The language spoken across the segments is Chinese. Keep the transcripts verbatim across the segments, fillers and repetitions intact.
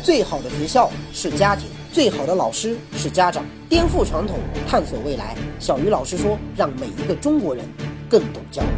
最好的学校是家庭，最好的老师是家长。颠覆传统，探索未来。小鱼老师说，让每一个中国人更懂教育。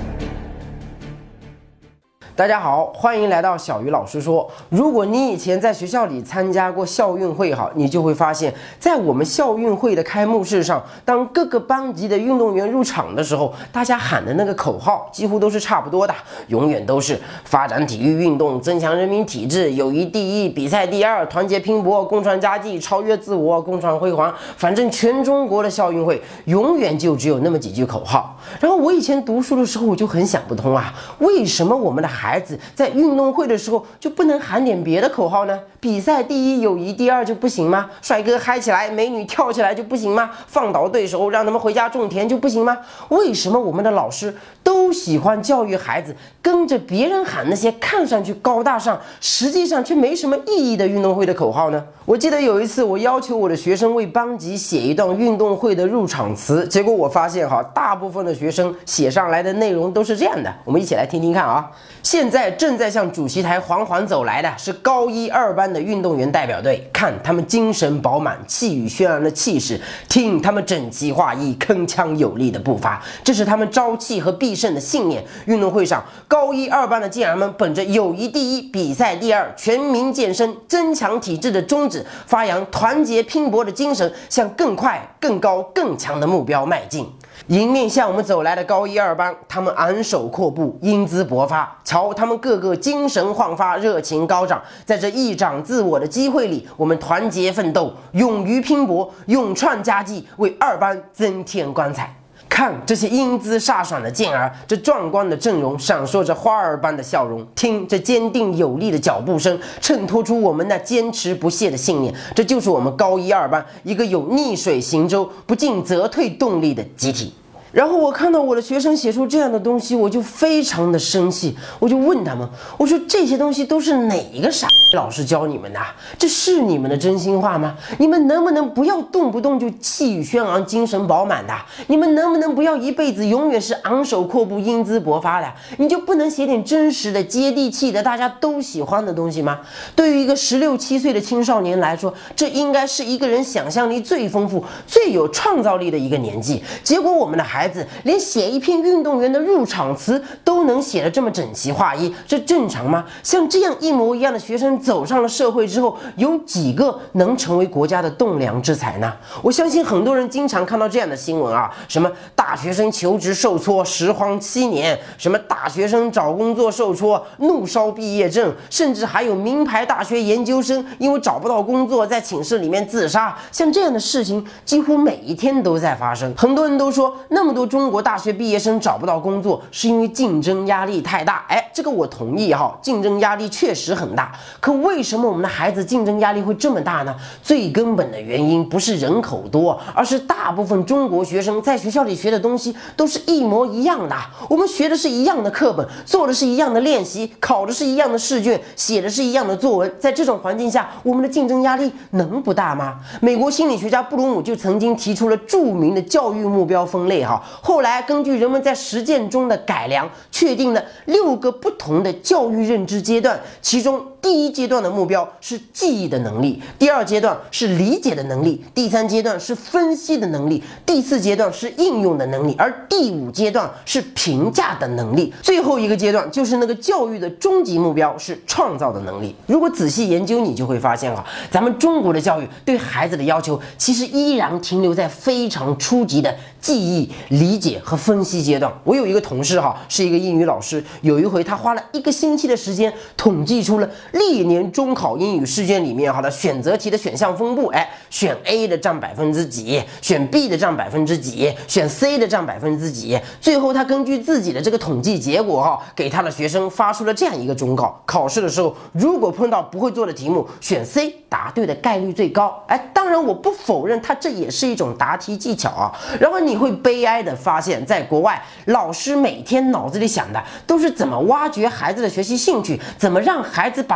大家好，欢迎来到小鱼老师说。如果你以前在学校里参加过校运会哈，你就会发现，在我们校运会的开幕式上，当各个班级的运动员入场的时候，大家喊的那个口号几乎都是差不多的，永远都是发展体育运动，增强人民体质，友谊第一，比赛第二，团结拼搏，共创佳绩，超越自我，共创辉煌。反正全中国的校运会永远就只有那么几句口号。然后我以前读书的时候，我就很想不通啊，为什么我们的孩子在运动会的时候就不能喊点别的口号呢？比赛第一，友谊第二就不行吗？帅哥嗨起来，美女跳起来就不行吗？放倒对手，让他们回家种田就不行吗？为什么我们的老师都喜欢教育孩子跟着别人喊那些看上去高大上，实际上却没什么意义的运动会的口号呢？我记得有一次，我要求我的学生为班级写一段运动会的入场词，结果我发现哈，大部分的学生写上来的内容都是这样的，我们一起来听听看啊。现在正在向主席台缓缓走来的是高一二班的运动员代表队，看他们精神饱满、气宇轩然的气势，听他们整齐划一、铿锵有力的步伐，这是他们朝气和必胜的信念。运动会上，高一二班的健儿们本着友谊第一、比赛第二、全民健身、增强体质的宗旨，发扬团结拼搏的精神，向更快、更高、更强的目标迈进。迎面向我们走来的高一二班，他们昂首阔步，英姿勃发，瞧他们个个精神焕发，热情高涨。在这一展自我的机会里，我们团结奋斗，勇于拼搏，勇创佳绩，为二班增添光彩。看这些英姿飒爽的健儿，这壮观的阵容闪烁着花儿般的笑容，听这坚定有力的脚步声，衬托出我们那坚持不懈的信念。这就是我们高一二班一个有逆水行舟、不进则退动力的集体。然后我看到我的学生写出这样的东西，我就非常的生气，我就问他们，我说这些东西都是哪一个傻老师教你们的？这是你们的真心话吗？你们能不能不要动不动就气宇轩昂、精神饱满的？你们能不能不要一辈子永远是昂首阔步、英姿勃发的？你就不能写点真实的、接地气的、大家都喜欢的东西吗？对于一个十六七岁的青少年来说，这应该是一个人想象力最丰富、最有创造力的一个年纪。结果我们的孩子孩子连写一篇运动员的入场词都能写得这么整齐划一，这正常吗？像这样一模一样的学生走上了社会之后，有几个能成为国家的栋梁之才呢？我相信很多人经常看到这样的新闻啊，什么大学生求职受挫，实荒七年；什么大学生找工作受挫，怒烧毕业证；甚至还有名牌大学研究生因为找不到工作，在寝室里面自杀。像这样的事情几乎每一天都在发生。很多人都说，那么多中国大学毕业生找不到工作是因为竞争压力太大。哎，这个我同意哈，竞争压力确实很大。可为什么我们的孩子竞争压力会这么大呢？最根本的原因不是人口多，而是大部分中国学生在学校里学的东西都是一模一样的。我们学的是一样的课本，做的是一样的练习，考的是一样的试卷，写的是一样的作文。在这种环境下，我们的竞争压力能不大吗？美国心理学家布鲁姆就曾经提出了著名的教育目标分类哈。后来根据人们在实践中的改良，确定了六个不同的教育认知阶段，其中第一阶段的目标是记忆的能力，第二阶段是理解的能力，第三阶段是分析的能力，第四阶段是应用的能力，而第五阶段是评价的能力，最后一个阶段就是那个教育的终极目标是创造的能力。如果仔细研究，你就会发现哈，咱们中国的教育对孩子的要求其实依然停留在非常初级的记忆、理解和分析阶段。我有一个同事哈，是一个英语老师，有一回他花了一个星期的时间统计出了历年中考英语试卷里面哈的选择题的选项分布，哎，选 A 的占百分之几，选 B 的占百分之几，选 C 的占百分之几。最后他根据自己的这个统计结果哈，给他的学生发出了这样一个忠告：考试的时候如果碰到不会做的题目，选 C 答对的概率最高。哎，当然我不否认他这也是一种答题技巧啊。然后你会悲哀的发现，在国外老师每天脑子里想的都是怎么挖掘孩子的学习兴趣，怎么让孩子把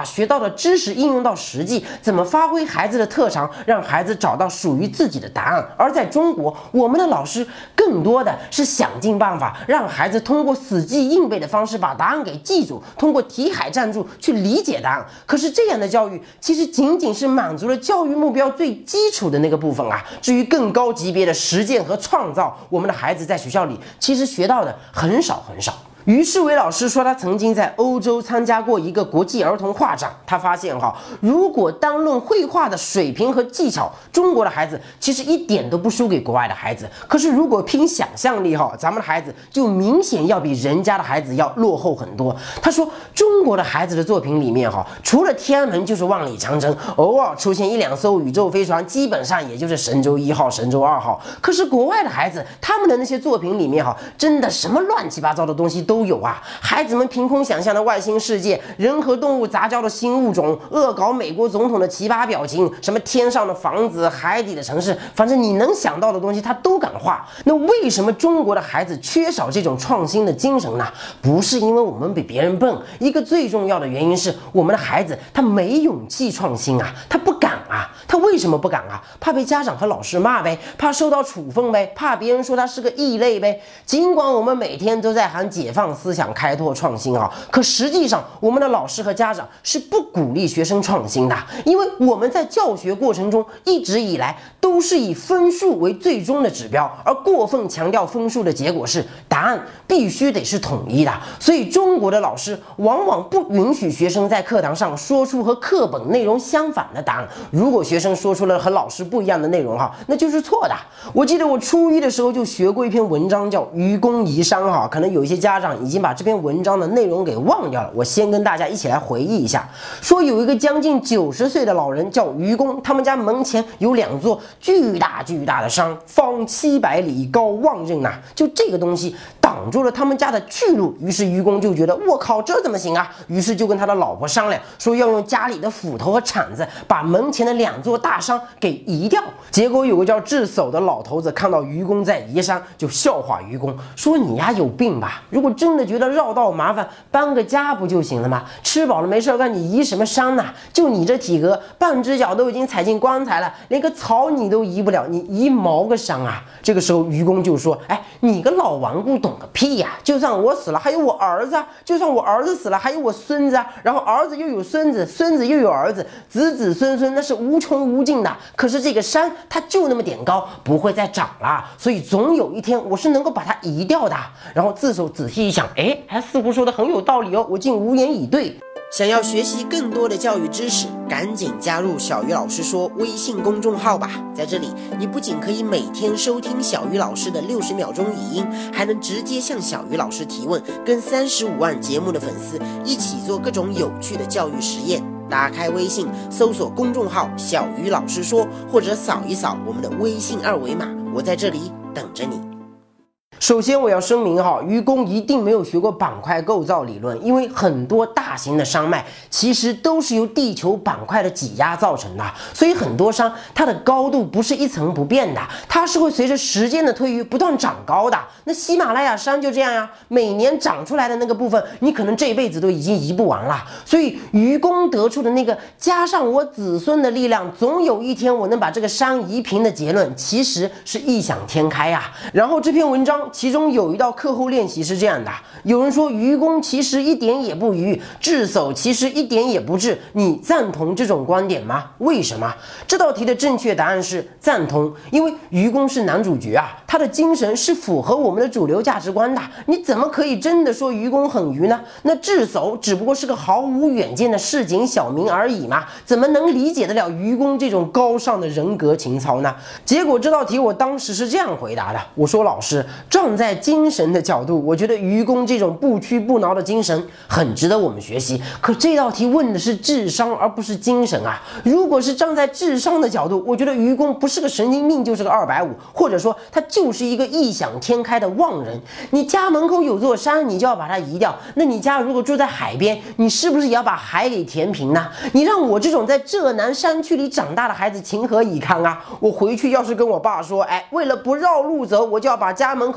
学到的知识应用到实际，怎么发挥孩子的特长，让孩子找到属于自己的答案。而在中国，我们的老师更多的是想尽办法让孩子通过死记硬背的方式把答案给记住，通过题海战术去理解答案。可是这样的教育其实仅仅是满足了教育目标最基础的那个部分啊。至于更高级别的实践和创造，我们的孩子在学校里其实学到的很少很少。于世伟老师说，他曾经在欧洲参加过一个国际儿童画展，他发现哈，如果单论绘画的水平和技巧，中国的孩子其实一点都不输给国外的孩子。可是如果拼想象力哈，咱们的孩子就明显要比人家的孩子要落后很多。他说，中国的孩子的作品里面哈，除了天安门就是万里长城，偶尔出现一两艘宇宙飞船，基本上也就是神舟一号、神舟二号。可是国外的孩子，他们的那些作品里面哈，真的什么乱七八糟的东西都都有啊！孩子们凭空想象的外星世界，人和动物杂交的新物种，恶搞美国总统的奇葩表情，什么天上的房子、海底的城市，反正你能想到的东西他都敢画。那为什么中国的孩子缺少这种创新的精神呢？不是因为我们比别人笨，一个最重要的原因是我们的孩子他没勇气创新啊，他不敢啊。他为什么不敢啊？怕被家长和老师骂呗，怕受到处分呗，怕别人说他是个异类呗。尽管我们每天都在喊解放思想、开拓创新啊，可实际上我们的老师和家长是不鼓励学生创新的，因为我们在教学过程中一直以来都是以分数为最终的指标，而过分强调分数的结果是答案必须得是统一的。所以中国的老师往往不允许学生在课堂上说出和课本内容相反的答案。如果学生说出了和老师不一样的内容哈，那就是错的。我记得我初一的时候就学过一篇文章叫《愚公移山》哈，可能有一些家长已经把这篇文章的内容给忘掉了。我先跟大家一起来回忆一下，说有一个将近九十岁的老人叫愚公，他们家门前有两座巨大巨大的山，方七百里，高万仞呐，就这个东西挡住了他们家的去路。于是愚公就觉得我靠，这怎么行啊？于是就跟他的老婆商量，说要用家里的斧头和铲子把门前的两座大山给移掉。结果有个叫智叟的老头子看到愚公在移山，就笑话愚公说：“你呀有病吧？如果真的觉得绕道麻烦，搬个家不就行了吗？吃饱了没事干，你移什么山呐？就你这体格，半只脚都已经踩进棺材了，连个草你都移不了，你移毛个山啊！”这个时候愚公就说：“哎，你个老顽固，懂个屁呀！就算我死了，还有我儿子啊；就算我儿子死了，还有我孙子啊。然后儿子又有孙子，孙子又有儿子，子子孙孙，那是无穷无尽的。可是这个山它就那么点高，不会再长了，所以总有一天我是能够把它移掉的。”然后自首仔细一想，哎，还似乎说的很有道理哦，我竟无言以对。想要学习更多的教育知识，赶紧加入小鱼老师说微信公众号吧。在这里，你不仅可以每天收听小鱼老师的六十秒钟语音，还能直接向小鱼老师提问，跟三十五万节目的粉丝一起做各种有趣的教育实验。打开微信，搜索公众号小鱼老师说，或者扫一扫我们的微信二维码，我在这里等着你。首先我要声明哈，愚公一定没有学过板块构造理论，因为很多大型的山脉其实都是由地球板块的挤压造成的，所以很多山它的高度不是一层不变的，它是会随着时间的推移不断长高的。那喜马拉雅山就这样呀，每年长出来的那个部分，你可能这辈子都已经移不完了。所以愚公得出的那个加上我子孙的力量，总有一天我能把这个山移平的结论，其实是异想天开呀。然后这篇文章其中有一道课后练习是这样的，有人说愚公其实一点也不愚，智叟其实一点也不智，你赞同这种观点吗？为什么？这道题的正确答案是赞同，因为愚公是男主角啊，他的精神是符合我们的主流价值观的，你怎么可以真的说愚公很愚呢？那智叟只不过是个毫无远见的市井小民而已嘛，怎么能理解得了愚公这种高尚的人格情操呢？结果这道题我当时是这样回答的，我说老师，站在精神的角度，我觉得愚公这种不屈不挠的精神很值得我们学习。可这道题问的是智商而不是精神啊！如果是站在智商的角度，我觉得愚公不是个神经病就是个二百五，或者说他就是一个异想天开的妄人。你家门口有座山，你就要把它移掉，那你家如果住在海边，你是不是也要把海给填平呢？你让我这种在浙南山区里长大的孩子情何以堪啊！我回去要是跟我爸说，哎，为了不绕路走，我就要把家门口的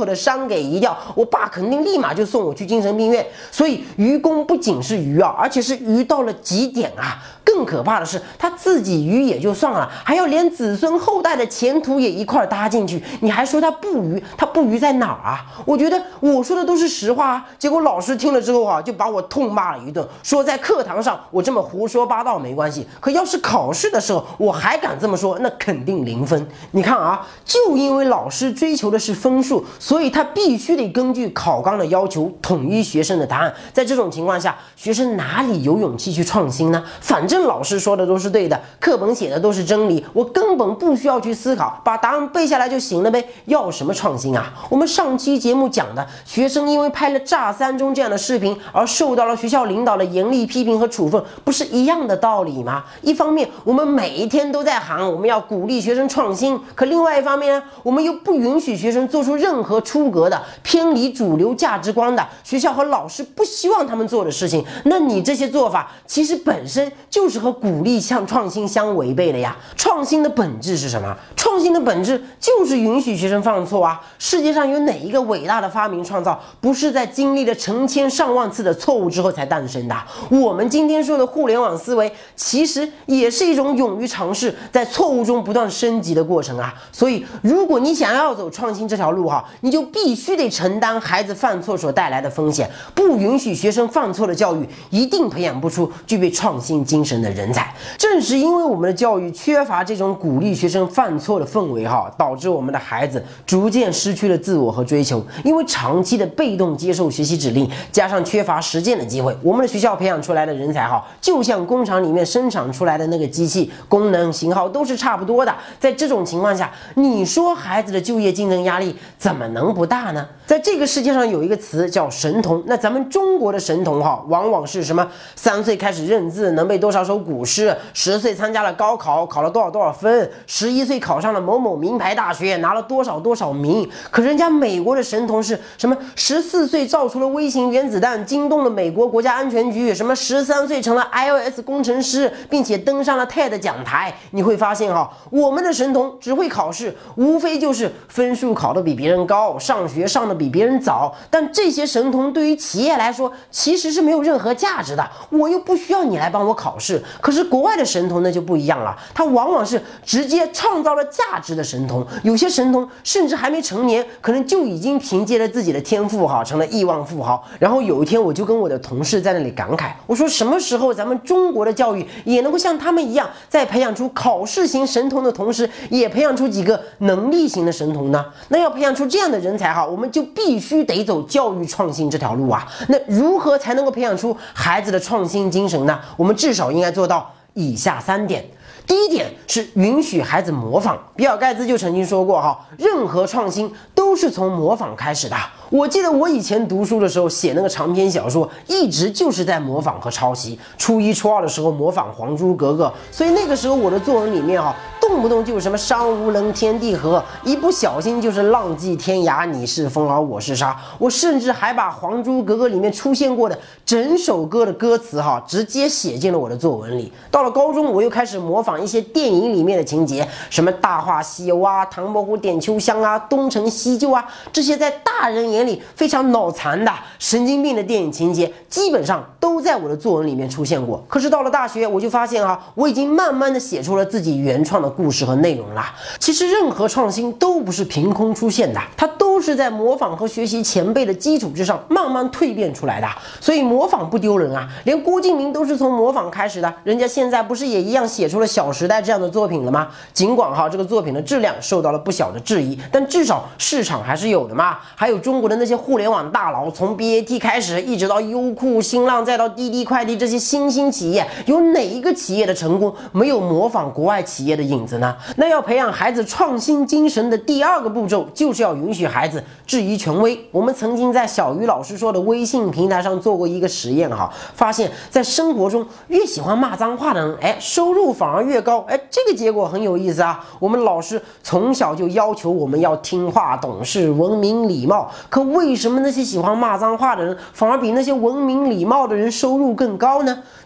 的伤给移掉，我爸肯定立马就送我去精神病院。所以愚公不仅是愚啊，而且是愚到了极点啊！更可怕的是，他自己愚也就算了，还要连子孙后代的前途也一块搭进去。你还说他不愚？他不愚在哪儿啊？我觉得我说的都是实话啊。结果老师听了之后啊，就把我痛骂了一顿，说在课堂上我这么胡说八道没关系，可要是考试的时候我还敢这么说，那肯定零分。你看啊，就因为老师追求的是分数，所以他必须得根据考纲的要求统一学生的答案。在这种情况下，学生哪里有勇气去创新呢？反正老师说的都是对的，课本写的都是真理，我根本不需要去思考，把答案背下来就行了呗，要什么创新啊？我们上期节目讲的，学生因为拍了炸三中这样的视频而受到了学校领导的严厉批评和处分，不是一样的道理吗？一方面我们每一天都在喊我们要鼓励学生创新，可另外一方面呢，我们又不允许学生做出任何出格的、偏离主流价值观的、学校和老师不希望他们做的事情。那你这些做法其实本身就是和鼓励向创新相违背的呀。创新的本质是什么？创新的本质就是允许学生犯错啊！世界上有哪一个伟大的发明创造不是在经历了成千上万次的错误之后才诞生的？我们今天说的互联网思维，其实也是一种勇于尝试，在错误中不断升级的过程啊！所以，如果你想要走创新这条路哈，你就必须得承担孩子犯错所带来的风险。不允许学生犯错的教育，一定培养不出具备创新精神的人才。正是因为我们的教育缺乏这种鼓励学生犯错的氛围哈，导致我们的孩子逐渐失去了自我和追求。因为长期的被动接受学习指令，加上缺乏实践的机会，我们的学校培养出来的人才哈，就像工厂里面生产出来的那个机器，功能型号都是差不多的。在这种情况下，你说孩子的就业竞争压力怎么能不大呢？在这个世界上有一个词叫神童，那咱们中国的神童哈，往往是什么？三岁开始认字，能背多少首古诗；十岁参加了高考，考了多少多少分；十一岁考上了某某名牌大学，拿了多少多少名。可人家美国的神童是什么？十四岁造出了微型原子弹，惊动了美国国家安全局；什么十三岁成了 iOS 工程师，并且登上了 T E D 讲台。你会发现哈，我们的神童只会考试，无非就是分数考得比别人高，上学上得比别人早。但这些神童对于企业来说其实是没有任何价值的，我又不需要你来帮我考试。可是国外的神童呢就不一样了，他往往是直接创造了价值的神童。有些神童甚至还没成年，可能就已经凭借着自己的天赋哈成了亿万富豪。然后有一天我就跟我的同事在那里感慨，我说什么时候咱们中国的教育也能够像他们一样，在培养出考试型神童的同时，也培养出几个能力型的神童呢？那要培养出这样的人才哈，我们就必须得走教育创新这条路啊。那如何才能够培养出孩子的创新精神呢？我们至少应该做到以下三点。第一点是允许孩子模仿。比尔盖茨就曾经说过哈，任何创新都是从模仿开始的。我记得我以前读书的时候写那个长篇小说，一直就是在模仿和抄袭。初一初二的时候模仿《还珠格格》，所以那个时候我的作文里面哈，动不动就是什么山无棱天地合，一不小心就是浪迹天涯，你是风而我是沙。我甚至还把《还珠格格》里面出现过的整首歌的歌词哈，直接写进了我的作文里。到了高中，我又开始模仿一些电影里面的情节，什么《大话西游》啊、《唐伯虎点秋香》啊、《东成西就》啊，这些在大人眼里非常脑残的神经病的电影情节，基本上都在我的作文里面出现过。可是到了大学，我就发现哈，我已经慢慢的写出了自己原创的故事和内容啦。其实任何创新都不是凭空出现的，它都是在模仿和学习前辈的基础之上慢慢蜕变出来的。所以模仿不丢人啊，连郭敬明都是从模仿开始的，人家现在不是也一样写出了《小时代》这样的作品了吗？尽管哈这个作品的质量受到了不小的质疑，但至少市场还是有的嘛。还有中国的那些互联网大佬，从 B A T 开始，一直到优酷、新浪，再到滴滴快递，这些新兴企业，有哪一个企业的成功没有模仿国外企业的影子呢？那要培养孩子创新精神的第二个步骤，就是要允许孩子质疑权威。我们曾经在小鱼老师说的微信平台上做过一个实验哈，发现在生活中越喜欢骂脏话的人，哎，收入反而越高。哎，这个结果很有意思啊。我们老师从小就要求我们要听话、懂事、文明礼貌，可为什么那些喜欢骂脏话的人反而比那些文明礼貌的人收入更高呢？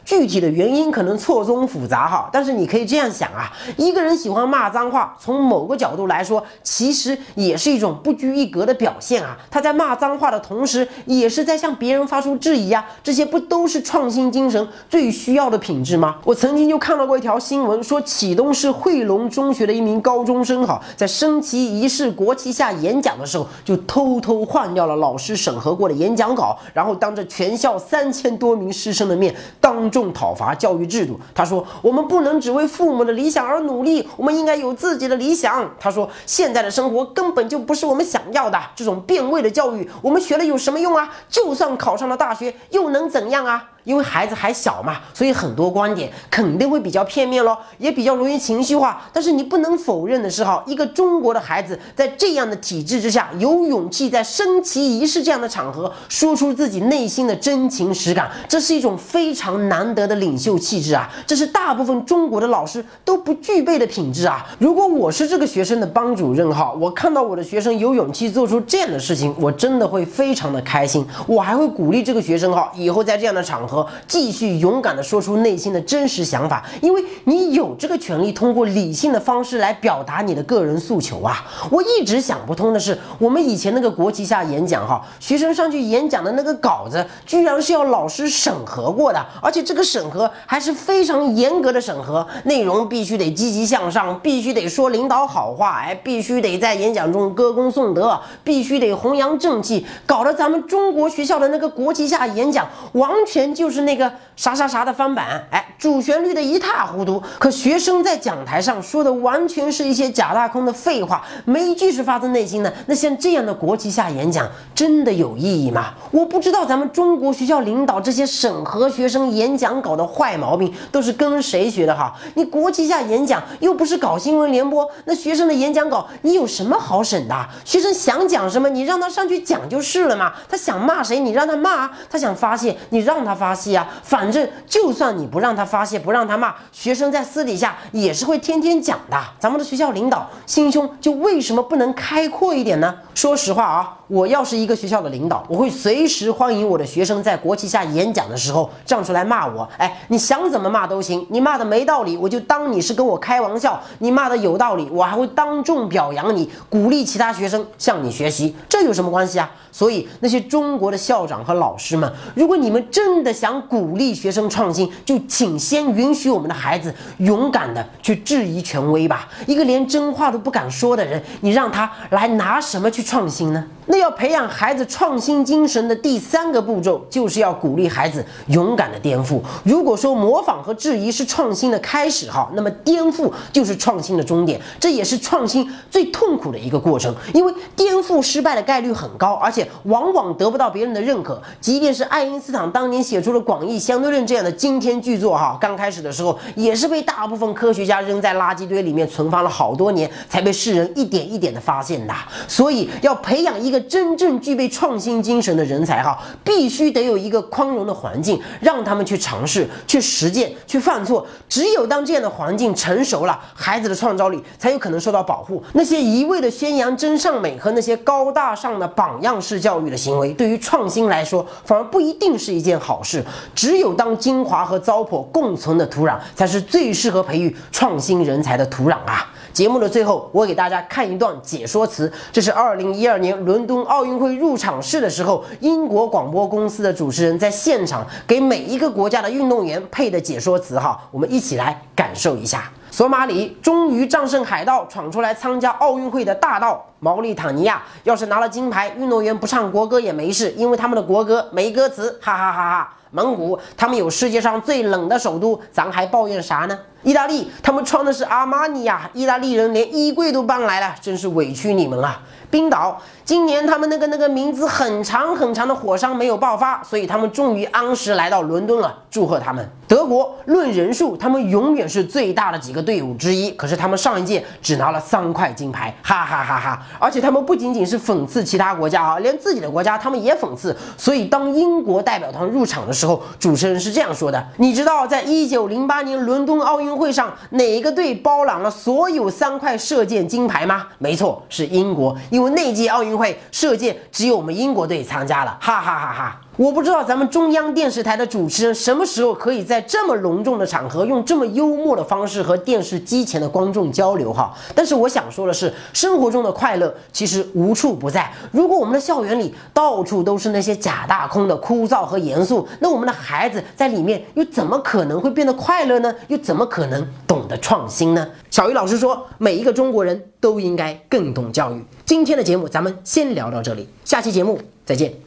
具体的原因可能错综复杂哈，但是你可以这样想啊，一个人喜欢骂脏话，从某个角度来说，其实也是一种不拘一格的表现啊。他在骂脏话的同时，也是在向别人发出质疑啊，这些不都是创新精神最需要的品质吗？我曾经就看到过一条新闻，说启东市汇龙中学的一名高中生哈，在升旗仪式国旗下演讲的时候，就偷偷换掉了老师审核过的演讲稿，然后当着全校三千多名师生的面当众讨伐教育制度。他说：“我们不能只为父母的理想而努力，我们应该有自己的理想。”他说：“现在的生活根本就不是我们想要的，这种变味的教育，我们学了有什么用啊？就算考上了大学，又能怎样啊？”因为孩子还小嘛，所以很多观点肯定会比较片面咯，也比较容易情绪化。但是你不能否认的是哈，一个中国的孩子在这样的体制之下，有勇气在升旗仪式这样的场合说出自己内心的真情实感，这是一种非常难得的领袖气质啊！这是大部分中国的老师都不具备的品质啊！如果我是这个学生的班主任哈，我看到我的学生有勇气做出这样的事情，我真的会非常的开心。我还会鼓励这个学生哈，以后在这样的场合继续勇敢地说出内心的真实想法，因为你有这个权利通过理性的方式来表达你的个人诉求啊！我一直想不通的是，我们以前那个国旗下演讲哈，学生上去演讲的那个稿子，居然是要老师审核过的，而且这个审核还是非常严格的审核，内容必须得积极向上，必须得说领导好话，哎，必须得在演讲中歌功颂德，必须得弘扬正气，搞得咱们中国学校的那个国旗下演讲完全就是那个啥啥啥的翻版，哎，主旋律的一塌糊涂。可学生在讲台上说的完全是一些假大空的废话，没一句是发自内心的。那像这样的国旗下演讲，真的有意义吗？我不知道咱们中国学校领导这些审核学生演讲稿的坏毛病都是跟谁学的哈？你国旗下演讲又不是搞新闻联播，那学生的演讲稿你有什么好审的？学生想讲什么，你让他上去讲就是了嘛。他想骂谁，你让他骂；他想发泄，你让他发泄啊。反正就算你不让他发泄，不让他骂，学生在私底下也是会天天讲的。咱们的学校领导心胸就为什么不能开阔一点呢？说实话啊，我要是一个学校的领导，我会随时欢迎我的学生在国旗下演讲的时候站出来骂我。哎，你想怎么骂都行，你骂的没道理，我就当你是跟我开玩笑；你骂的有道理，我还会当众表扬你，鼓励其他学生向你学习。这有什么关系啊？所以那些中国的校长和老师们，如果你们真的想鼓励学生创新，就请先允许我们的孩子勇敢的去质疑权威吧。一个连真话都不敢说的人，你让他来拿什么去创新呢？那要培养孩子创新精神的第三个步骤，就是要鼓励孩子勇敢的颠覆。如果说模仿和质疑是创新的开始哈，那么颠覆就是创新的终点，这也是创新最痛苦的一个过程。因为颠覆失败的概率很高，而且往往得不到别人的认可。即便是爱因斯坦当年写出了广义相对论这样的惊天巨作哈，刚开始的时候也是被大部分科学家扔在垃圾堆里面存放了好多年，才被世人一点一点的发现的。所以要培养一个真正具备创新精神的人才哈，必须得有一个宽容的环境，让他们去尝试、去实践、去犯错。只有当这样的环境成熟了，孩子的创造力才有可能受到保护。那些一味的宣扬真善美和那些高大上的榜样式教育的行为，对于创新来说反而不一定是一件好事。只有当精华和糟粕共存的土壤，才是最适合培育创新人才的土壤啊！节目的最后，我给大家看一段解说词，这是二零一二年伦敦奥运会入场式的时候，英国广播公司的主持人在现场给每一个国家的运动员配的解说词哈，我们一起来感受一下。索马里终于战胜海盗，闯出来参加奥运会的大盗。毛里塔尼亚要是拿了金牌，运动员不唱国歌也没事，因为他们的国歌没歌词，哈哈哈哈。蒙古他们有世界上最冷的首都，咱还抱怨啥呢？意大利他们穿的是阿玛尼呀，意大利人连衣柜都搬来了，真是委屈你们了。冰岛今年他们那个那个名字很长很长的火山没有爆发，所以他们终于按时来到伦敦了，祝贺他们。德国论人数，他们永远是最大的几个队伍之一，可是他们上一届只拿了三块金牌，哈哈哈哈！而且他们不仅仅是讽刺其他国家啊，连自己的国家他们也讽刺。所以当英国代表团入场的时候，主持人是这样说的：你知道在一九零八年伦敦奥运会上哪一个队包揽了所有三块射箭金牌吗？没错，是英国，因为那届奥运会射箭只有我们英国队参加了，哈哈哈哈！ 我不知道咱们中央电视台的主持人什么时候可以在这么隆重的场合，用这么幽默的方式和电视机前的观众交流哈。但是我想说的是，生活中的快乐其实无处不在。如果我们的校园里到处都是那些假大空的枯燥和严肃，那我们的孩子在里面又怎么可能会变得快乐呢？又怎么可能懂得创新呢？小鱼老师说，每一个中国人都应该更懂教育。今天的节目咱们先聊到这里，下期节目再见。